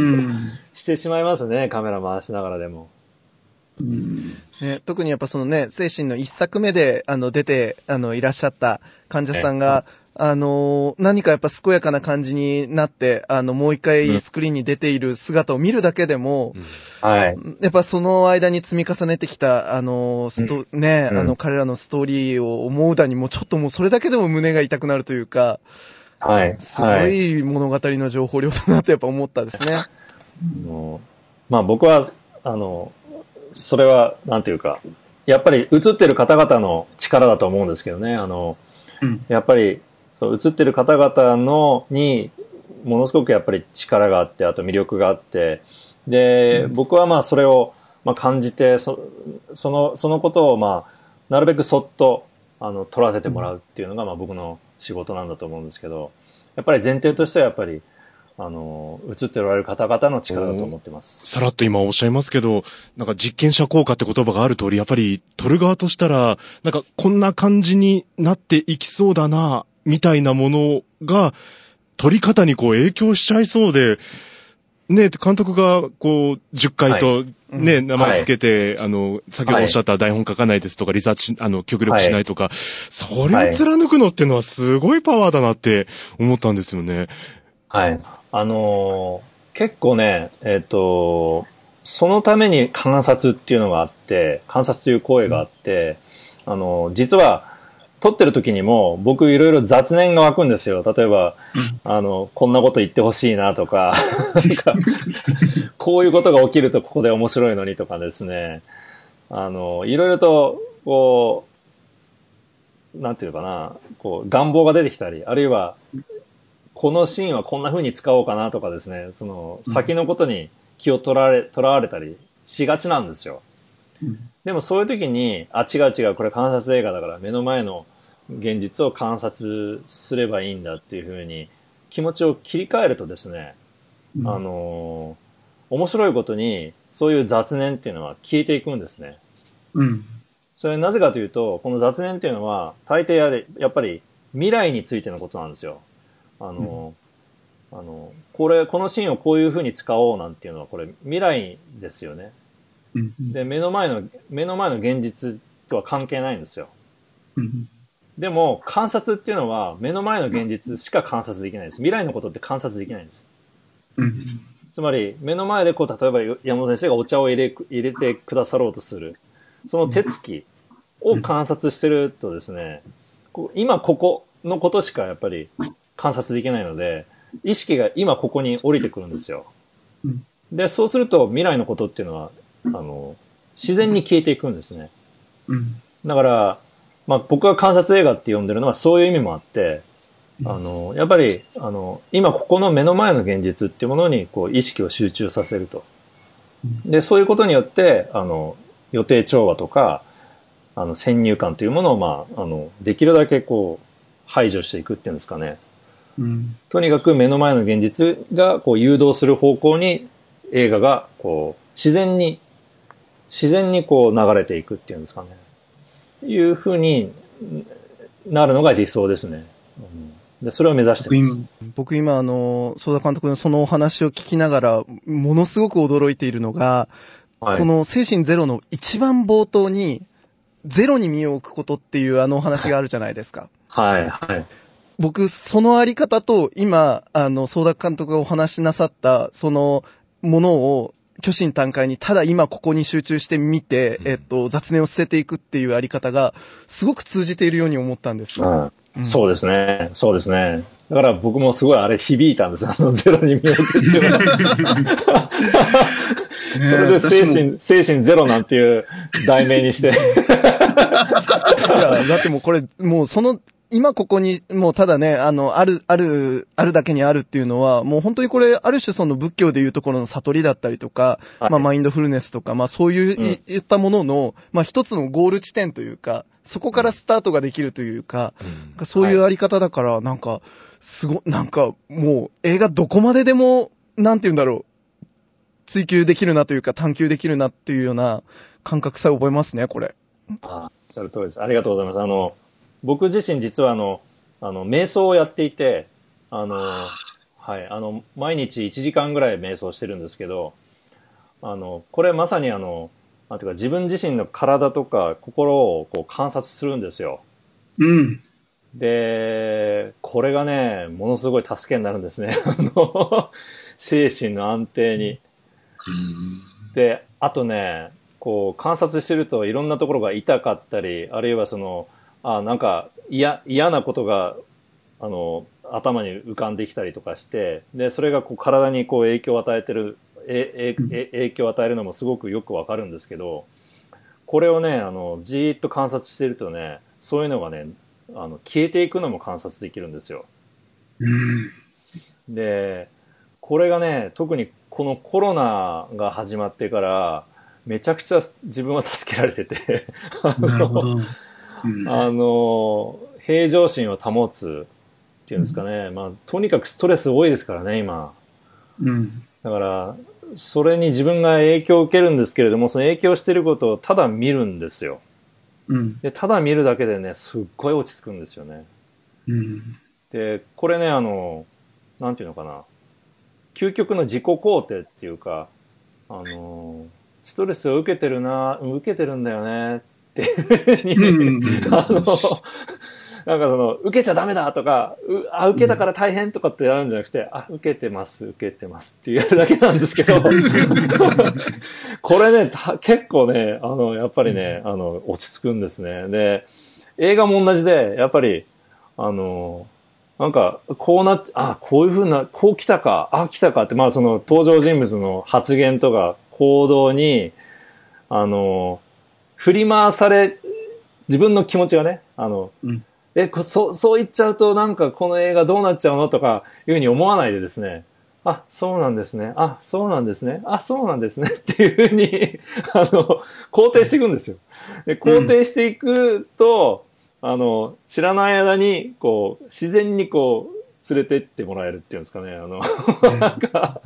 してしまいますね、カメラ回しながらでも。 うんね、特にやっぱそのね、精神の一作目で、あの、出て、あの、いらっしゃった患者さんが、あの、何かやっぱ健やかな感じになって、あの、もう一回スクリーンに出ている姿を見るだけでも、うん、 はい。 やっぱその間に積み重ねてきた、あの、スト、うん、ね、あの、彼らのストーリーを思うだにも、ちょっともうそれだけでも胸が痛くなるというか、 はい。 すごい物語の情報量だなってやっぱ思ったですね。あのまあ僕は、あの、それは、なんていうか、やっぱり映ってる方々の力だと思うんですけどね。あの、うん、やっぱり、そう映ってる方々の、に、ものすごくやっぱり力があって、あと魅力があって、で、うん、僕はまあそれを、まあ、感じて、そその、そのことをまあ、なるべくそっと、あの、撮らせてもらうっていうのが、まあ僕の仕事なんだと思うんですけど、やっぱり前提としてはやっぱり、あの、映っておられる方々の力だと思ってます。 さらっと今おっしゃいますけど、なんか実験者効果って言葉がある通り、やっぱり撮る側としたら、なんかこんな感じになっていきそうだな、みたいなものが、撮り方にこう影響しちゃいそうで、ね、監督がこう、じゅっかいとね、はい、名前つけて、はい、あの、先ほどおっしゃった台本書かないですとか、リサーチ、あの、極力しないとか、はい、それを貫くのってのはすごいパワーだなって思ったんですよね。 はい。あのー、結構ね、えっと、そのために観察っていうのがあって、観察という行為があって、うん、あのー、実は、撮ってる時にも僕いろいろ雑念が湧くんですよ。例えば、うん、あの、こんなこと言ってほしいなとか、なんか、こういうことが起きるとここで面白いのにとかですね。あの、いろいろと、こう、なんていうのかな、こう、願望が出てきたり、あるいは、このシーンはこんな風に使おうかなとかですね、その先のことに気を取られ、とらわれたりしがちなんですよ。でもそういう時に、あ、違う違う、これ観察映画だから目の前の現実を観察すればいいんだっていう風に気持ちを切り替えるとですね、うん、あの、面白いことにそういう雑念っていうのは消えていくんですね。 うん。 それはなぜかというと、この雑念っていうのは大抵やれ、やっぱり未来についてのことなんですよ。あの、うん、あの、これ、このシーンをこういう風に使おうなんていうのは、これ、未来ですよね。 うん、 で、目の前の、目の前の現実とは関係ないんですよ。 うん、 でも、観察っていうのは、目の前の現実しか観察できないんです。未来のことって観察できないんです。 うん、 つまり、目の前でこう、例えば山本先生がお茶を入れ、入れてくださろうとする。その手つきを観察してるとですね、こう今ここのことしかやっぱり、観察できないので、意識が今ここに降りてくるんですよ。 うん、 で、そうすると未来のことっていうのは、あの、自然に消えていくんですね。 うん、 だから、まあ僕が観察映画って呼んでるのはそういう意味もあって、 あの、やっぱり、あの、今ここの目の前の現実っていうものに、こう、意識を集中させると。で、そういうことによって、あの、予定調和とか、あの、先入観というものを、まあ、あの、できるだけこう、排除していくっていうんですかね。 うん、 とにかく目の前の現実が、こう、誘導する方向に、映画が、こう、自然に、自然にこう、流れていくっていうんですかね。いうふうになるのが理想ですね。うんで、それを目指してます。 僕今あの、曽田監督のそのお話を聞きながら、ものすごく驚いているのが、はい、この精神ゼロの一番冒頭に、ゼロに身を置くことっていうあのお話があるじゃないですか。 はい、はい。 僕、そのあり方と、今、あの、曽田監督がお話しなさった、そのものを、虚心坦懐に、ただ今ここに集中してみて、うん、えっと、雑念を捨てていくっていうあり方が、すごく通じているように思ったんですよ。 うんうん、そうですね。そうですね。だから僕もすごいあれ響いたんです。あのゼロに見えるっていうのは。それで精神、精神ゼロなんていう題名にして。いや、だってもうこれ、もうその、今ここに、もうただね、あの、ある、ある、あるだけにあるっていうのは、もう本当にこれ、ある種その仏教でいうところの悟りだったりとか、はい、まあマインドフルネスとか、まあそういう、うん、いったものの、まあ一つのゴール地点というか、そこからスタートができるというか、うん、そういうあり方だから、なんか、すご、なんか、もう映画どこまででも、なんて言うんだろう、追求できるなというか、探求できるなっていうような感覚さえ覚えますね、これ。 ああ、おっしゃる通りです。ありがとうございます。あの、僕自身実はあの、あの、瞑想をやっていて、あの、はい、あの、毎日いちじかんぐらい瞑想してるんですけど、あの、これまさにあの、なんていうか自分自身の体とか心をこう観察するんですよ。 うん。 で、これがね、ものすごい助けになるんですね。あの、精神の安定に。で、あとね、こう観察してるといろんなところが痛かったり、あるいはその、あ、なんか嫌、嫌なことが、あの、頭に浮かんできたりとかして、で、それがこう体にこう影響を与えてる、え、え、影響を与えるのもすごくよくわかるんですけど、これをね、あの、じーっと観察してるとね、そういうのがね、あの、消えていくのも観察できるんですよ。 うん、 で、これがね、特にこのコロナが始まってから、めちゃくちゃ自分は助けられてて、 なるほど。 あの、平常心を保つっていうんですかね。うん、まあ、とにかくストレス多いですからね、今。 うん。 だから、それに自分が影響を受けるんですけれども、その影響してることをただ見るんですよ。 うん。 で、ただ見るだけでね、すっごい落ち着くんですよね。 うん。 で、これね、あの、なんていうのかな。究極の自己肯定っていうか、あの、ストレスを受けてるな、受けてるんだよね。っていうふうに、あの、なんかその、受けちゃダメだとか、うあ、受けたから大変とかってやるんじゃなくて、あ、受けてます、受けてますってやるだけなんですけど、これね、結構ね、あの、やっぱりね、あの、落ち着くんですね。で、映画も同じで、やっぱり、あの、なんか、こうなっ、あ、こういうふうな、こう来たか、あ、来たかって、まあその登場人物の発言とか行動に、あの、振り回され、自分の気持ちがね、あの、うん、え、そ、そう言っちゃうとなんかこの映画どうなっちゃうのとかいうふうに思わないでですね、あ、そうなんですね、あ、そうなんですね、あ、そうなんですねっていうふうに、あの、肯定していくんですよ。で、肯定していくと、うん、あの、知らない間に、こう、自然にこう、連れてってもらえるっていうんですかね。あの、なんか、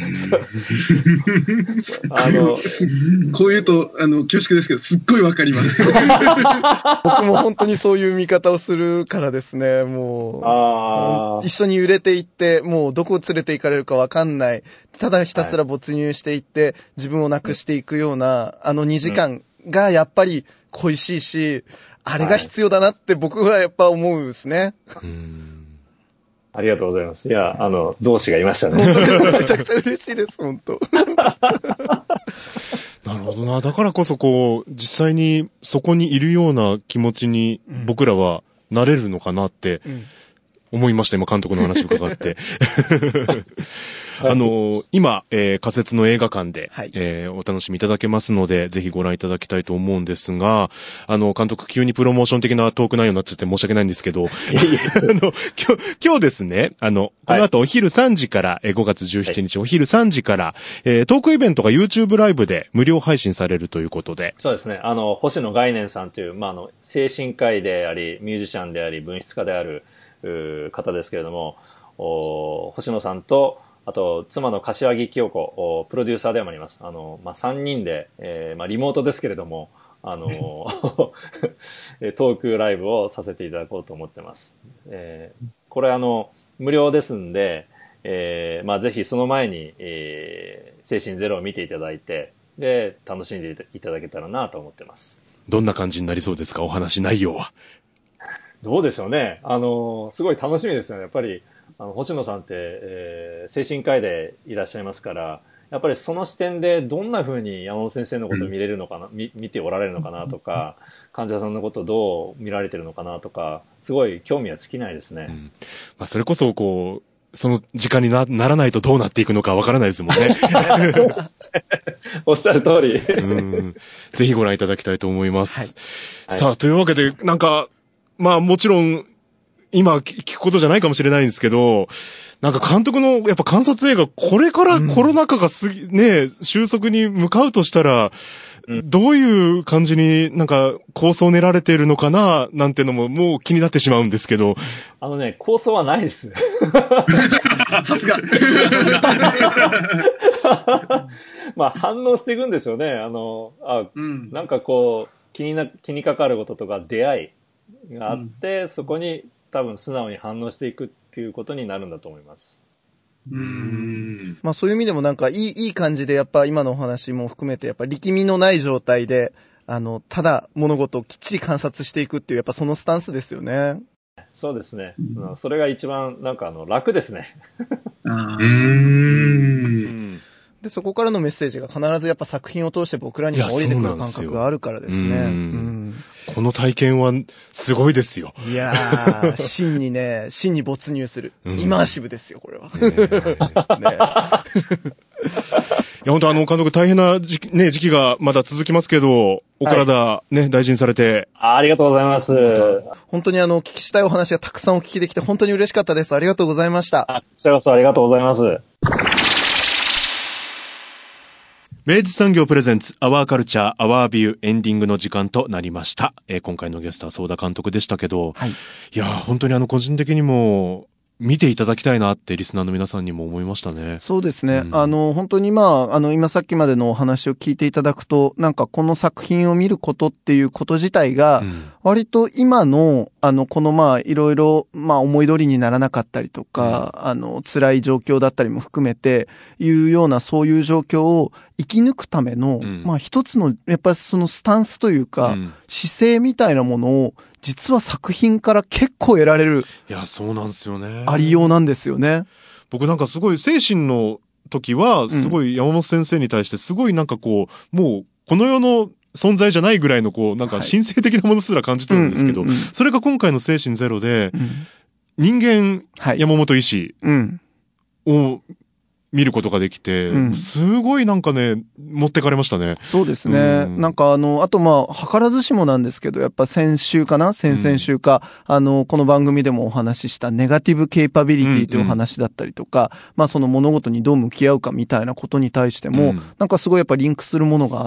あの、こう言うと、あの、恐縮ですけど、すっごいわかります。 僕も本当にそういう見方をするからですね、もう。あ一緒に揺れていって、もうどこを連れて行かれるかわかんない。ただひたすら没入していって、はい、自分をなくしていくような、あのにじかんがやっぱり恋しいし、あれが必要だなって僕はやっぱ思うんですね。 はい、ありがとうございます。いや、あの、同志がいましたね。 めちゃくちゃ嬉しいです、本当。 なるほどな。だからこそこう、実際にそこにいるような気持ちに僕らはなれるのかなって思いました、今監督の話を伺って。 はい、あの、今、えー、仮設の映画館で、 はい、 えー、お楽しみいただけますので、ぜひご覧いただきたいと思うんですが、あの、監督、急にプロモーション的なトーク内容になっちゃって申し訳ないんですけど、あの、今日、今日ですね、あの、この後お昼さんじから、えー、ごがつじゅうしちにち、はい、お昼さんじから、えー、トークイベントが YouTube ライブで無料配信されるということで。 そうですね、あの、星野概念さんという、まあ、あの、精神科医であり、ミュージシャンであり、文筆家である、方ですけれども、星野さんと、あと、妻の柏木清子、プロデューサーでもあります。あの、まあ、さんにんで、えー、まあ、リモートですけれども、あの、トークライブをさせていただこうと思ってます。えー、これあの、無料ですんで、えー、まあ、ぜひその前に、えー、精神ゼロを見ていただいて、で、楽しんでいただけたらなと思ってます。 どんな感じになりそうですか、お話内容は。 どうでしょうね。あの、すごい楽しみですよね。やっぱり、あの、星野さんって、えー、精神科医でいらっしゃいますから、やっぱりその視点でどんな風に山本先生のことを見れるのかな、うん、見、見ておられるのかなとか、患者さんのことをどう見られてるのかなとか、すごい興味は尽きないですね。うん、 まあ、それこそ、こう、その時間に な, ならないとどうなっていくのかわからないですもんね。 おっしゃる通りうん。ぜひご覧いただきたいと思います。はい、さあ、というわけで、なんか、まあもちろん、今聞くことじゃないかもしれないんですけど、なんか監督のやっぱ観察映画、これからコロナ禍がすぎ、うん、ね、収束に向かうとしたら、うん、どういう感じになんか構想練られているのかな、なんてのももう気になってしまうんですけど。 あのね、構想はないです。 さすが。 まあ反応していくんでしょうね。あの、あ、うん、なんかこう、気にな、気にかかることとか出会いがあって、うん、そこに多分素直に反応していくっていうことになるんだと思います。 うーん。まあそういう意味でもなんかいい、いい感じでやっぱ今のお話も含めてやっぱ力みのない状態で、あの、ただ物事をきっちり観察していくっていうやっぱそのスタンスですよね。 そうですね。うん、それが一番なんかあの楽ですね。 あーうんで、そこからのメッセージが必ずやっぱ作品を通して僕らにも降りてくる感覚があるからですね。うん、 この体験はすごいですよ。 いやー、真にね、真に没入する。うん、イマーシブですよ、これは。ねねいや、本当あの、監督大変な時期、ね、時期がまだ続きますけど、お体ね、はい、大事にされて。 あ、ありがとうございます。 本当にあの、お聞きしたいお話がたくさんお聞きできて本当に嬉しかったです。ありがとうございました。 あ、こちらこそありがとうございます。 明治産業プレゼンツアワーカルチャーアワービューエンディングの時間となりました。えー、今回のゲストは相田監督でしたけど、はい、いや本当にあの個人的にも見ていただきたいなってリスナーの皆さんにも思いましたね。 そうですね。うん、あの本当にまああの今さっきまでのお話を聞いていただくと、なんかこの作品を見ることっていうこと自体が、うん、割と今のあのこのまあいろいろまあ思い通りにならなかったりとか、うん、あの辛い状況だったりも含めていうようなそういう状況を生き抜くための、うん、まあ一つのやっぱりそのスタンスというか、うん、姿勢みたいなものを実は作品から結構得られる。 いや、そうなんですよね。 ありようなんですよね。 僕なんかすごい精神の時は、すごい山本先生に対してすごいなんかこう、もうこの世の存在じゃないぐらいのこう、なんか神聖的なものすら感じてるんですけど、それが今回の精神ゼロで、うん、人間、はい、山本医師を見ることができて、うん、すごいなんかね、持ってかれましたね。 そうですね。うん、なんかあの、あとまあ、図らずしもなんですけど、やっぱ先週かな先々週か、うん、あの、この番組でもお話ししたネガティブケイパビリティというお話だったりとか、うんうん、まあその物事にどう向き合うかみたいなことに対しても、うん、なんかすごいやっぱリンクするものがあって、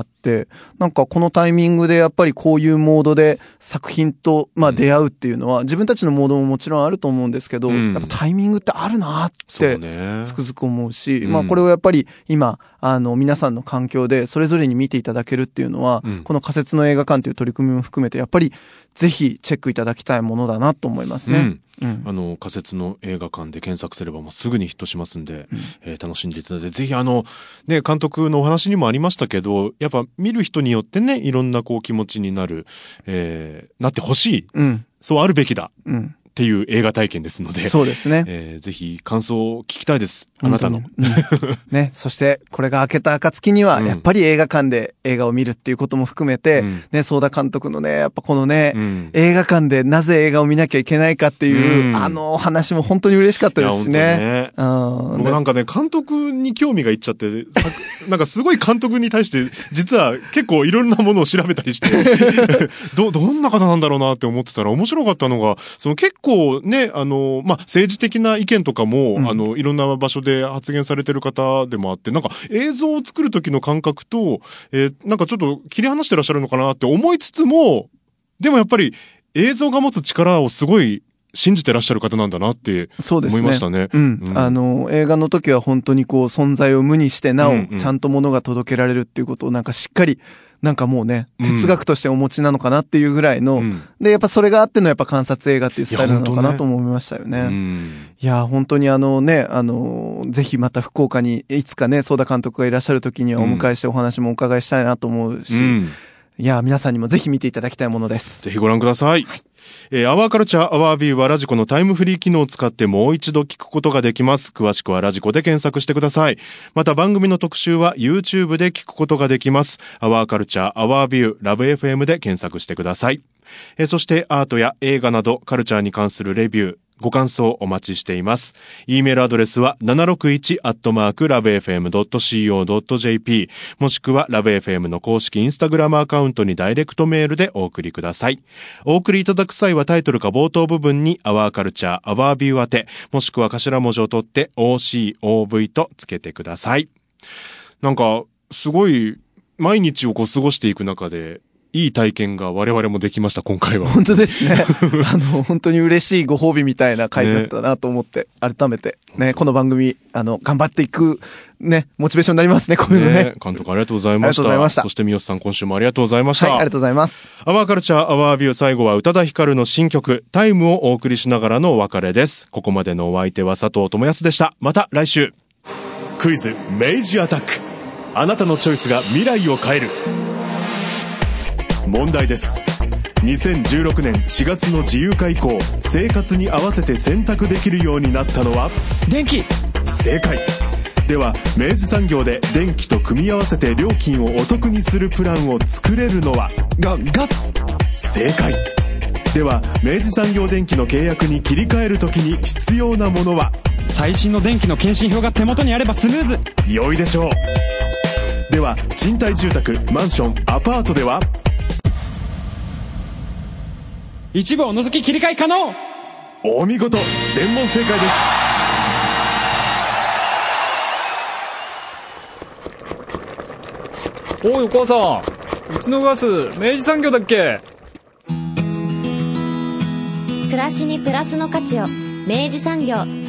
なんかこのタイミングでやっぱりこういうモードで作品とまあ出会うっていうのは、自分たちのモードももちろんあると思うんですけど、うん、やっぱタイミングってあるなって、つくづく思うし、まあこれをやっぱり今あの皆さんの環境でそれぞれに見ていただけるっていうのは、うん、この仮設の映画館という取り組みも含めてやっぱりぜひチェックいただきたいものだなと思いますね。うんうん、あの仮設の映画館で検索すればもうすぐにヒットしますんで、うんえー、楽しんでいただいて、ぜひあのね監督のお話にもありましたけど、やっぱ見る人によってねいろんなこう気持ちになる、えー、なってほしい、うん、そうあるべきだ。うんっていう映画体験ですので。 そうですね。 えー、ぜひ感想を聞きたいです。あなたの。 うん、ね。そして、これが明けた暁には、やっぱり映画館で映画を見るっていうことも含めて、うん、ね、ソーダ監督のね、やっぱこのね、うん、映画館でなぜ映画を見なきゃいけないかっていう、うん、あの話も本当に嬉しかったですしね。 ねうん、僕なんかね、監督に興味がいっちゃって、なんかすごい監督に対して、実は結構いろんなものを調べたりして、ど、どんな方なんだろうなって思ってたら面白かったのが、その結構ね、あの、まあ、政治的な意見とかも、うん、あの、いろんな場所で発言されてる方でもあって、なんか映像を作る時の感覚と、えー、なんかちょっと切り離してらっしゃるのかなって思いつつも、でもやっぱり映像が持つ力をすごい信じてらっしゃる方なんだなって思いましたね。 そうですね。うん。うん、あの、映画の時は本当にこう存在を無にしてなお、ちゃんと物が届けられるっていうことをなんかしっかり、なんかもうね、哲学としてお持ちなのかなっていうぐらいの、うん、で、やっぱそれがあってのやっぱ観察映画っていうスタイルなのかなと思いましたよね。いや、ねうん、いや本当にあのね、あの、ぜひまた福岡にいつかね、ソーダ監督がいらっしゃる時にはお迎えしてお話もお伺いしたいなと思うし、うんいや、皆さんにもぜひ見ていただきたいものです。 ぜひご覧ください。はい、えー、アワーカルチャーアワービューはラジコのタイムフリー機能を使ってもう一度聞くことができます。詳しくはラジコで検索してください。また番組の特集は YouTube で聞くことができます。アワーカルチャーアワービューラブ エフエム で検索してください。えー、そしてアートや映画などカルチャーに関するレビュー、ご感想お待ちしています。e メールアドレスは ななろくいちアットマークラブエフエムドットシーオードットジェーピー もしくは ラブエフエム の公式インスタグラムアカウントにダイレクトメールでお送りください。お送りいただく際はタイトルか冒頭部分に Our Culture Our View 宛て、もしくは頭文字を取って オーシーオーブイ とつけてください。なんかすごい毎日をこう過ごしていく中でいい体験が我々もできました、今回は。 本当ですね。あの、本当に嬉しいご褒美みたいな回だったなと思って、ね、改めて、ね、この番組、あの、頑張っていく、ね、モチベーションになりますね、こういうのね。ね監督ありがとうございました。ありがとうございました。そして三好さん、今週もありがとうございました。 はい、ありがとうございます。 アワーカルチャー、アワービュー、最後は宇多田ヒカルの新曲、タイムをお送りしながらのお別れです。ここまでのお相手は佐藤智康でした。また来週。クイズ、明治アタック。あなたのチョイスが未来を変える。問題です。にせんじゅうろくねんしがつの自由化以降、生活に合わせて選択できるようになったのは電気。 正解。では明治産業で電気と組み合わせて料金をお得にするプランを作れるのはガガス。 正解。では明治産業電機の契約に切り替えるときに必要なものは最新の電気の検針票が手元にあればスムーズ。 良いでしょう。では賃貸住宅、マンション、アパートでは一部を除き切り替え可能。 お見事、全問正解です。 おいお母さん、うちのガス明治産業だっけ？ 暮らしにプラスの価値を明治産業。